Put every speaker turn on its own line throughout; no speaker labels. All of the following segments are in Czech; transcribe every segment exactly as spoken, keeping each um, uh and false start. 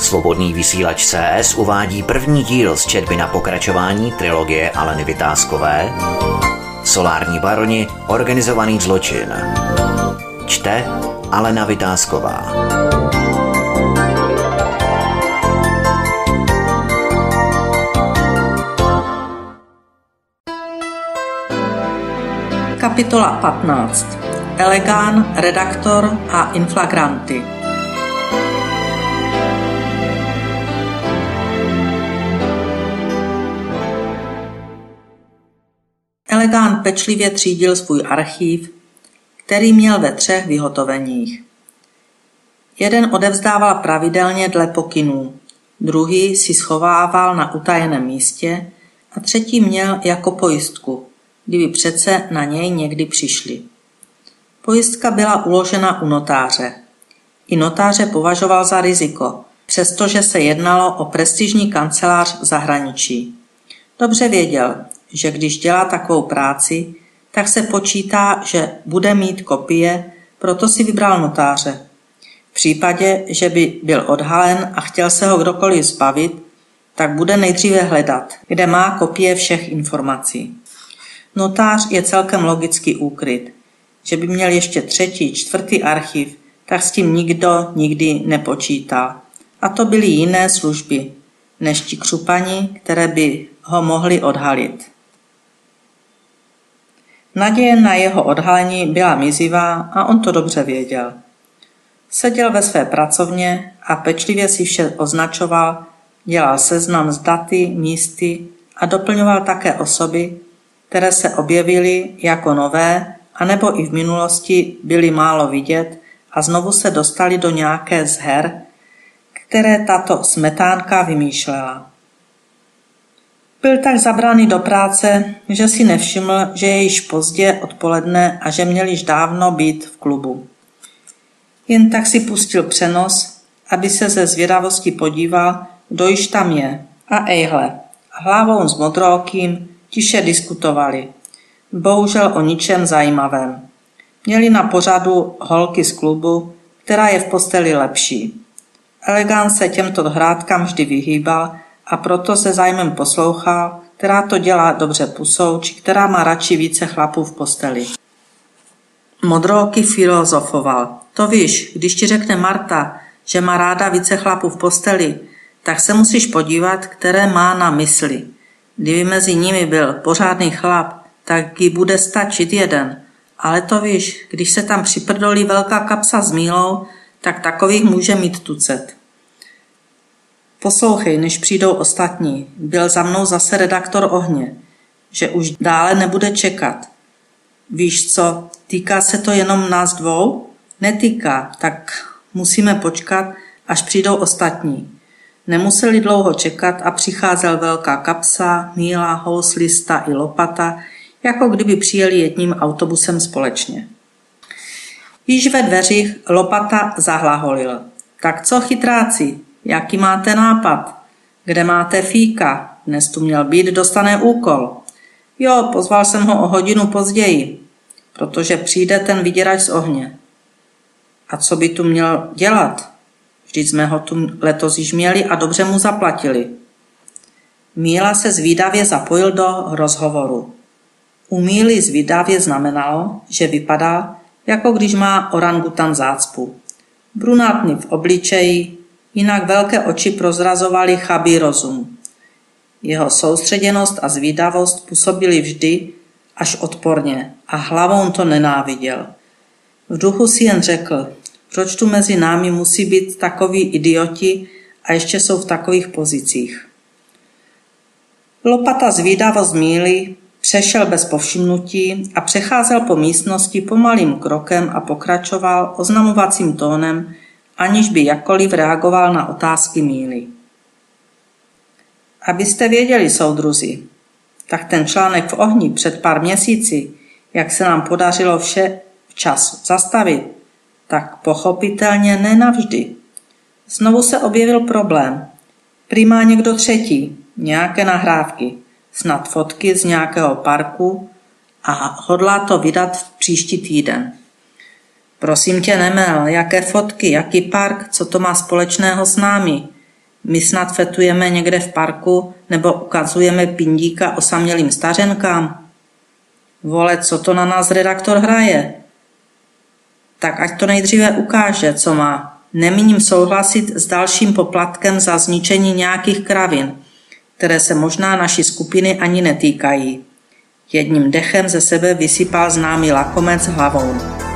Svobodný vysílač C S uvádí první díl z četby na pokračování trilogie Aleny Vytázkové Solární baroni, organizovaný zločin. Čte Alena Vytázková.
Kapitola patnáct. Elegán, redaktor a inflagranty. Elegán pečlivě třídil svůj archív, který měl ve třech vyhotoveních. Jeden odevzdával pravidelně dle pokynů, druhý si schovával na utajeném místě a třetí měl jako pojistku, kdyby přece na něj někdy přišli. Pojistka byla uložena u notáře. I notáře považoval za riziko, přestože se jednalo o prestižní kancelář v zahraničí. Dobře věděl, že když dělá takovou práci, tak se počítá, že bude mít kopie, proto si vybral notáře. V případě, že by byl odhalen a chtěl se ho kdokoliv zbavit, tak bude nejdříve hledat, kde má kopie všech informací. Notář je celkem logicky úkryt. Že by měl ještě třetí, čtvrtý archiv, tak s tím nikdo nikdy nepočítal. A to byly jiné služby, než ti křupani, které by ho mohli odhalit. Naděje na jeho odhalení byla mizivá a on to dobře věděl. Seděl ve své pracovně a pečlivě si vše označoval, dělal seznam s daty, místy a doplňoval také osoby, které se objevily jako nové, anebo i v minulosti byly málo vidět a znovu se dostali do nějaké z her, které tato smetánka vymýšlela. Byl tak zabraný do práce, že si nevšiml, že je již pozdě odpoledne a že měl již dávno být v klubu. Jen tak si pustil přenos, aby se ze zvědavosti podíval, kdo již tam je. A ejhle, hlavou s modrookým tiše diskutovali. Bohužel o ničem zajímavém. Měli na pořadu holky z klubu, která je v posteli lepší. Elegán se těmto hrádkám vždy vyhýbal a proto se zájmem poslouchal, která to dělá dobře pusou, či která má radši více chlapů v posteli. Modrooky filozofoval. To víš, když ti řekne Marta, že má ráda více chlapů v posteli, tak se musíš podívat, které má na mysli. Kdyby mezi nimi byl pořádný chlap, tak jí bude stačit jeden. Ale to víš, když se tam připrdolí velká kapsa s mílou, tak takových může mít tucet. Poslouchej, než přijdou ostatní. Byl za mnou zase redaktor Ohně, že už dále nebude čekat. Víš co, týká se to jenom nás dvou? Netýká, tak musíme počkat, až přijdou ostatní. Nemuseli dlouho čekat a přicházel velká kapsa, míla, houslista i lopata, jako kdyby přijeli jedním autobusem společně. Již ve dveřích lopata zahlaholil. Tak co, chytráci, jaký máte nápad? Kde máte fíka? Dnes tu měl být, dostane úkol. Jo, pozval jsem ho o hodinu později, protože přijde ten vyděrač z Ohně. A co by tu měl dělat? Vždyť jsme ho tu letos již měli a dobře mu zaplatili. Míla se zvídavě zapojil do rozhovoru. U Míly zvídavě znamenalo, že vypadá, jako když má orangutan zácpu. Brunátný v obličeji, jinak velké oči prozrazovaly chabý rozum. Jeho soustředěnost a zvídavost působily vždy až odporně a hlavou to nenáviděl. V duchu si jen řekl, proč tu mezi námi musí být takoví idioti a ještě jsou v takových pozicích. Lopata zvídavost Míly přešel bez povšimnutí a přecházel po místnosti pomalým krokem a pokračoval oznamovacím tónem, aniž by jakkoliv reagoval na otázky Míly. Abyste věděli, soudruzi, tak ten článek v Ohni před pár měsíci, jak se nám podařilo vše včas zastavit, tak pochopitelně ne navždy. Znovu se objevil problém. Prý má někdo třetí, nějaké nahrávky, snad fotky z nějakého parku a hodlá to vydat příští týden. Prosím tě, Nemel, jaké fotky, jaký park, co to má společného s námi? My snad fetujeme někde v parku nebo ukazujeme pindíka osamělým stařenkám? Vole, co to na nás redaktor hraje? Tak ať to nejdříve ukáže, co má. Nemíním souhlasit s dalším poplatkem za zničení nějakých kravin, které se možná naší skupiny ani netýkají. Jedním dechem ze sebe vysypal známý lakomec hlavou.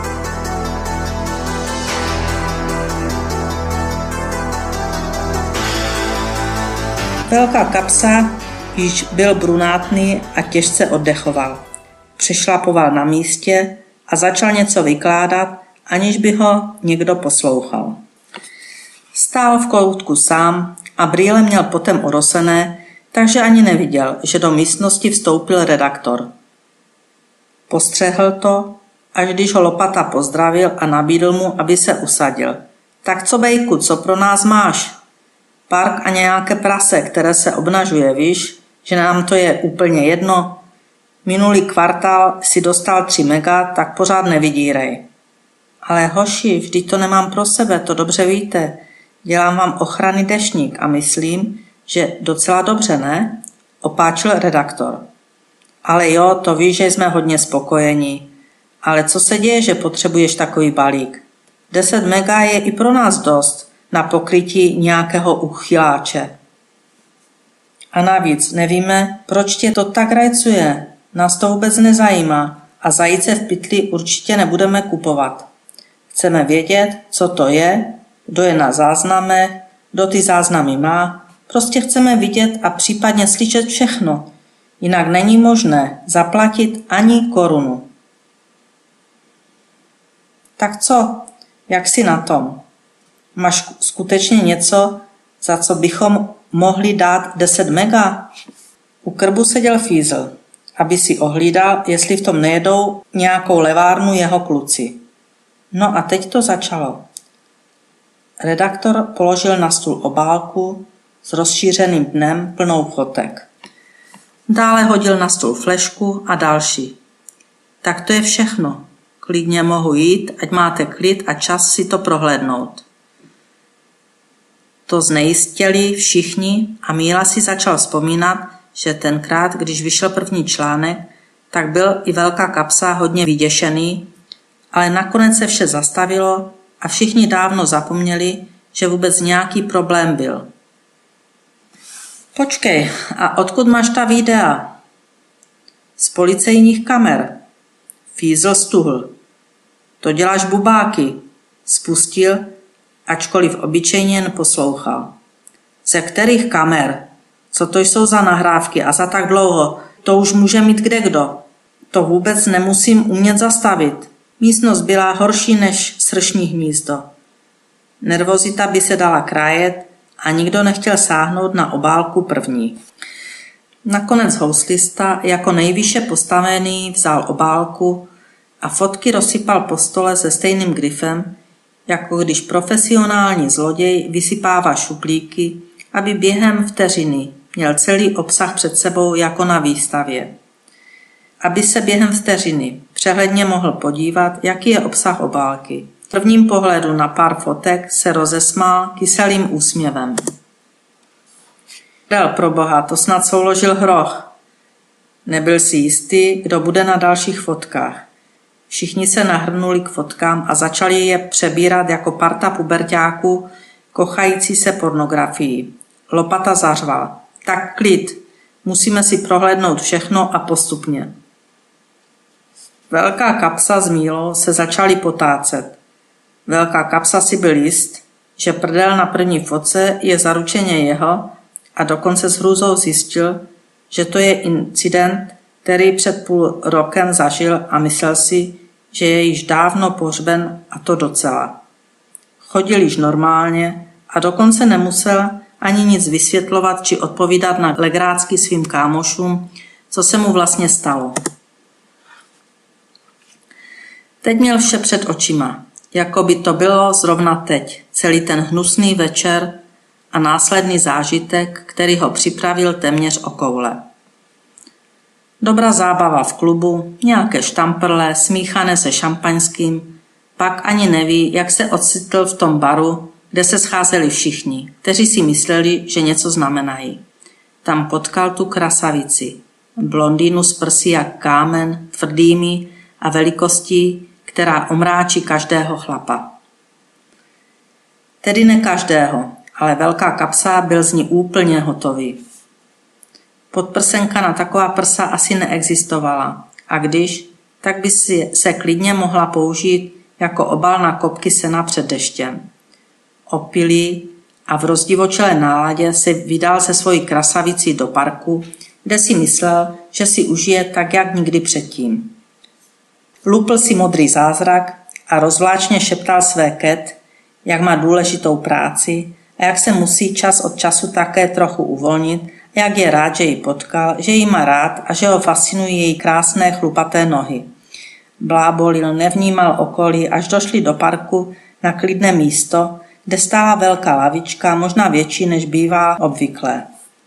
Velká kapsa již byl brunátný a těžce oddechoval. Přešlapoval na místě a začal něco vykládat, aniž by ho někdo poslouchal. Stál v koutku sám a brýle měl potem orosené, takže ani neviděl, že do místnosti vstoupil redaktor. Postřehl to, až když ho Lopata pozdravil a nabídl mu, aby se usadil. Tak co, bejku, co pro nás máš? Park a nějaké prase, které se obnažuje, víš, že nám to je úplně jedno. Minulý kvartál si dostal tři mega, tak pořád nevydírej. Ale hoši, vždyť to nemám pro sebe, to dobře víte. Dělám vám ochranný deštník a myslím, že docela dobře, ne? Opáčil redaktor. Ale jo, to víš, že jsme hodně spokojení. Ale co se děje, že potřebuješ takový balík? deset mega je i pro nás dost na pokrytí nějakého uchyláče. A navíc nevíme, proč tě to tak rajcuje. Nás to vůbec nezajímá a zajíce v pytli určitě nebudeme kupovat. Chceme vědět, co to je, kdo je na záznamech, kdo ty záznamy má. Prostě chceme vidět a případně slyšet všechno. Jinak není možné zaplatit ani korunu. Tak co? Jak jsi na tom? Máš skutečně něco, za co bychom mohli dát deset mega? U krbu seděl Fízl, aby si ohlídal, jestli v tom nejedou nějakou levárnu jeho kluci. No a teď to začalo. Redaktor položil na stůl obálku s rozšířeným dnem plnou fotek. Dále hodil na stůl flešku a další. Tak to je všechno. Klidně mohu jít, ať máte klid a čas si to prohlédnout. To znejistěli všichni a Míla si začal vzpomínat, že tenkrát, když vyšel první článek, tak byl i velká kapsa hodně vyděšený, ale nakonec se vše zastavilo a všichni dávno zapomněli, že vůbec nějaký problém byl. Počkej, a odkud máš ta videa? Z policejních kamer. Fízl stuhl. To děláš bubáky. Spustil, ačkoliv obyčejně jen poslouchal. Ze kterých kamer? Co to jsou za nahrávky a za tak dlouho? To už může mít kdekdo. To vůbec nemusím umět zastavit. Místnost byla horší než sršní hnízdo. Nervozita by se dala krájet a nikdo nechtěl sáhnout na obálku první. Nakonec houslista jako nejvýše postavený vzal obálku a fotky rozsypal po stole se stejným grifem, jako když profesionální zloděj vysypává šuplíky, aby během vteřiny měl celý obsah před sebou jako na výstavě. Aby se během vteřiny přehledně mohl podívat, jaký je obsah obálky. V prvním pohledu na pár fotek se rozesmál kyselým úsměvem. Del, proboha, to snad souložil hroch. Nebyl si jistý, kdo bude na dalších fotkách. Všichni se nahrnuli k fotkám a začali je přebírat jako parta puberťáků, kochající se pornografií. Lopata zařval. Tak klid, musíme si prohlédnout všechno a postupně. Velká kapsa s Mílou se začali potácet. Velká kapsa si byl jist, že prdel na první fotce je zaručeně jeho a dokonce s hrůzou zjistil, že to je incident, který před půl rokem zažil a myslel si, že je již dávno pohřben a to docela. Chodil již normálně a dokonce nemusel ani nic vysvětlovat či odpovídat na legrácky svým kámošům, co se mu vlastně stalo. Teď měl vše před očima, jako by to bylo zrovna teď, celý ten hnusný večer a následný zážitek, který ho připravil téměř o koule. Dobrá zábava v klubu, nějaké štamprle, smíchané se šampaňským, pak ani neví, jak se ocitl v tom baru, kde se scházeli všichni, kteří si mysleli, že něco znamenají. Tam potkal tu krasavici, blondýnu s prsy jak kámen, tvrdými a velikostí, která omráčí každého chlapa. Tedy ne každého, ale Velká Kapsa byl z ní úplně hotový. Podprsenka na taková prsa asi neexistovala a když, tak by si se klidně mohla použít jako obal na kopky sena před deštěm. Opilý a v rozdivočelé náladě se vydal se svojí krasavicí do parku, kde si myslel, že si užije tak, jak nikdy předtím. Lupl si modrý zázrak a rozvláčně šeptal své Cat, jak má důležitou práci a jak se musí čas od času také trochu uvolnit, jak je rád, že ji potkal, že ji má rád a že ho fascinují její krásné chlupaté nohy. Blábolil, nevnímal okolí, až došli do parku na klidné místo, kde stála velká lavička, možná větší, než bývá obvyklé.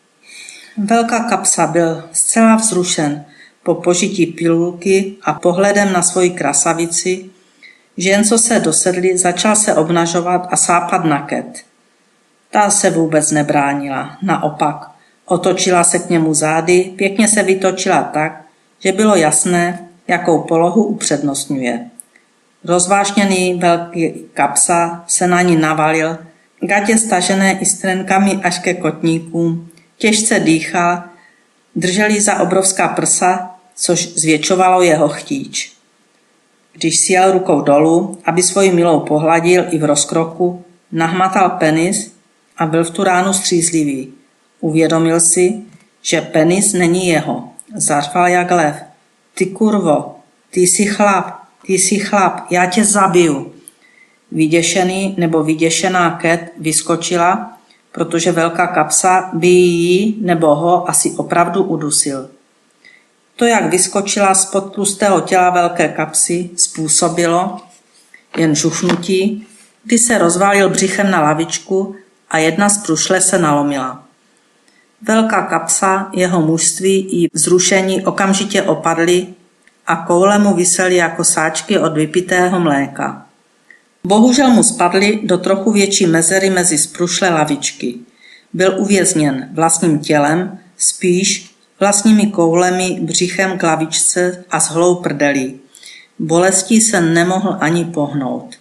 Velká Kapsa byl zcela vzrušen po požití pilulky a pohledem na svoji krasavici, že jen co se dosedli, začal se obnažovat a sápat na Cat. Ta se vůbec nebránila, naopak. Otočila se k němu zády, pěkně se vytočila tak, že bylo jasné, jakou polohu upřednostňuje. Rozvášněný Velký Kapsa se na ní navalil, gatě stažené i s trenkami až ke kotníkům, těžce dýchal, držel ji za obrovská prsa, což zvětšovalo jeho chtíč. Když si jel rukou dolů, aby svoji milou pohladil i v rozkroku, nahmatal penis a byl v tu ránu střízlivý. Uvědomil si, že penis není jeho. Zařval jak lev. Ty kurvo, ty jsi chlap, ty jsi chlap, já tě zabiju. Vyděšený nebo vyděšená Cat vyskočila, protože Velká Kapsa by jí nebo ho asi opravdu udusil. To, jak vyskočila spod tlustého těla Velké Kapsy, způsobilo jen žuchnutí, kdy se rozvalil břichem na lavičku a jedna z prušle se nalomila. Velká Kapsa, jeho mužství i vzrušení okamžitě opadly a koule mu visely jako sáčky od vypitého mléka. Bohužel mu spadly do trochu větší mezery mezi sprušlé lavičky. Byl uvězněn vlastním tělem, spíš vlastními koulemi břichem k lavičce a s holou prdelí. Bolestí se nemohl ani pohnout.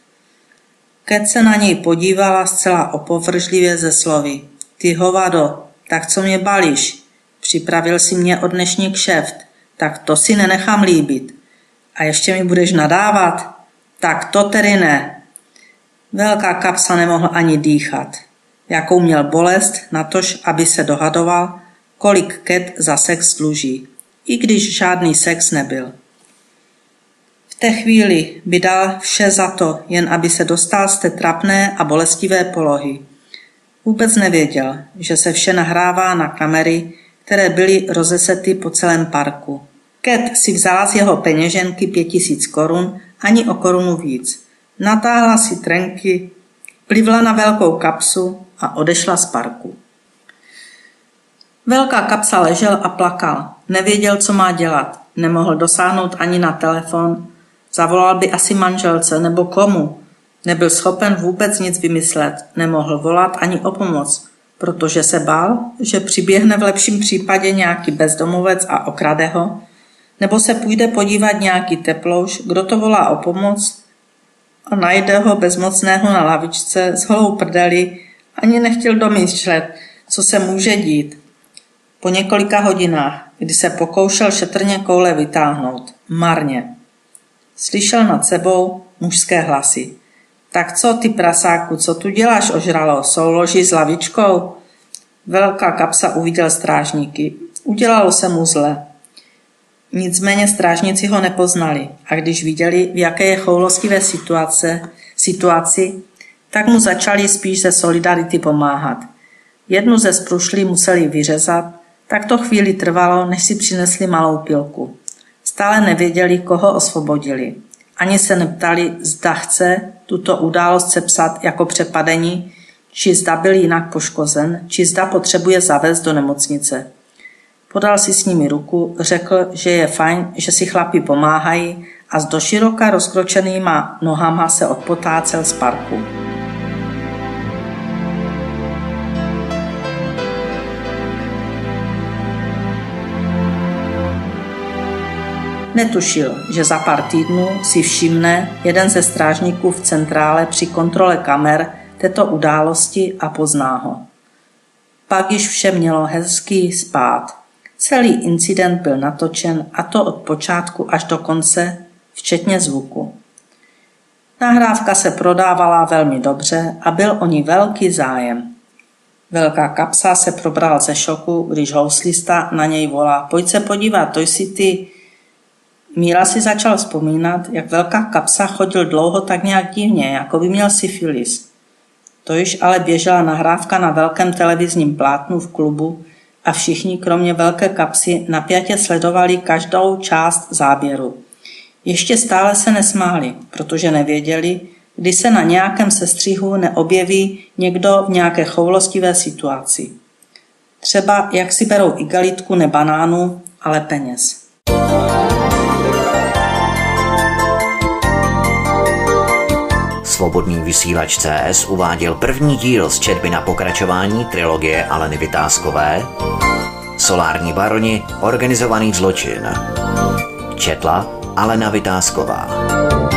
Cat se na něj podívala zcela opovržlivě ze slovy. Ty hovado, tak co mě balíš? Připravil si mě o dnešní kšeft, tak to si nenechám líbit. A ještě mi budeš nadávat? Tak to tedy ne. Velká Kapsa nemohl ani dýchat. Jakou měl bolest, natož, aby se dohadoval, kolik Cat za sex dluží, i když žádný sex nebyl. V té chvíli by dal vše za to, jen aby se dostal z té trapné a bolestivé polohy. Vůbec nevěděl, že se vše nahrává na kamery, které byly rozesety po celém parku. Cat si vzala z jeho peněženky pět tisíc korun, ani o korunu víc. Natáhla si trenky, plivla na Velkou Kapsu a odešla z parku. Velká Kapsa ležel a plakal. Nevěděl, co má dělat. Nemohl dosáhnout ani na telefon. Zavolal by asi manželce nebo komu. Nebyl schopen vůbec nic vymyslet. Nemohl volat ani o pomoc, protože se bál, že přiběhne v lepším případě nějaký bezdomovec a okrade ho, nebo se půjde podívat nějaký teplouš, kdo to volá o pomoc a najde ho bezmocného na lavičce s holou prdeli, ani nechtěl domýšlet, co se může dít. Po několika hodinách, kdy se pokoušel šetrně koule vytáhnout, marně. Slyšel nad sebou mužské hlasy. Tak co, ty prasáku, co tu děláš, ožralo, souloží s lavičkou? Velká Kapsa uviděl strážníky. Udělalo se mu zle. Nicméně strážníci ho nepoznali a když viděli, v jaké je choulostivé situace, situaci, tak mu začali spíš ze solidarity pomáhat. Jednu ze sprušlí museli vyřezat, tak to chvíli trvalo, než si přinesli malou pilku. Stále nevěděli, koho osvobodili. Ani se neptali, zda chce tuto událost sepsat jako přepadení, či zda byl jinak poškozen, či zda potřebuje zavést do nemocnice. Podal si s nimi ruku, řekl, že je fajn, že si chlapi pomáhají a s doširoka rozkročenýma nohama se odpotácel z parku. Netušil, že za pár týdnů si všimne jeden ze strážníků v centrále při kontrole kamer této události a pozná ho. Pak již vše mělo hezky spát. Celý incident byl natočen, a to od počátku až do konce, včetně zvuku. Nahrávka se prodávala velmi dobře a byl o ní velký zájem. Velká kapsa se probral ze šoku, když houslista na něj volá: pojď se podívat, to jsi ty. Míra si začal vzpomínat, jak Velká kapsa chodil dlouho tak nějak divně, jako by měl syfilis. To již ale běžela nahrávka na velkém televizním plátnu v klubu a všichni, kromě Velké kapsy, napjatě sledovali každou část záběru. Ještě stále se nesmáli, protože nevěděli, kdy se na nějakém sestřihu neobjeví někdo v nějaké choulostivé situaci. Třeba jak si berou igelitku ne banánu, ale peněz.
Svobodný vysílač C S uváděl první díl z četby na pokračování trilogie Aleny Vytázkové Solární baroni, organizovaný zločin. Četla Alena Vytázková.